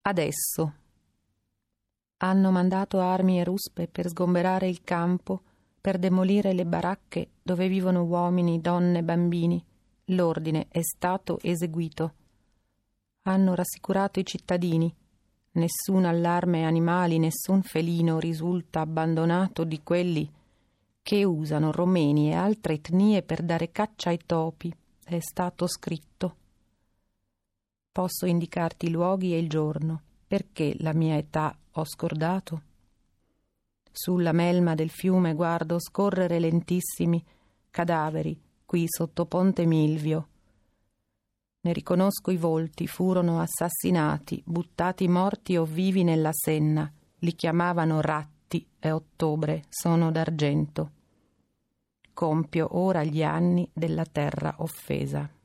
Adesso. Hanno mandato armi e ruspe per sgomberare il campo, per demolire le baracche dove vivono uomini, donne, bambini. L'ordine è stato eseguito. Hanno rassicurato i cittadini. Nessun allarme animali, nessun felino risulta abbandonato di quelli che usano romeni e altre etnie per dare caccia ai topi. È stato scritto. Posso indicarti i luoghi e il giorno, perché la mia età ho scordato. Sulla melma del fiume guardo scorrere lentissimi cadaveri qui sotto Ponte Milvio. Ne riconosco i volti, furono assassinati, buttati morti o vivi nella Senna. Li chiamavano ratti e ottobre, sono d'argento. Compio ora gli anni della terra offesa.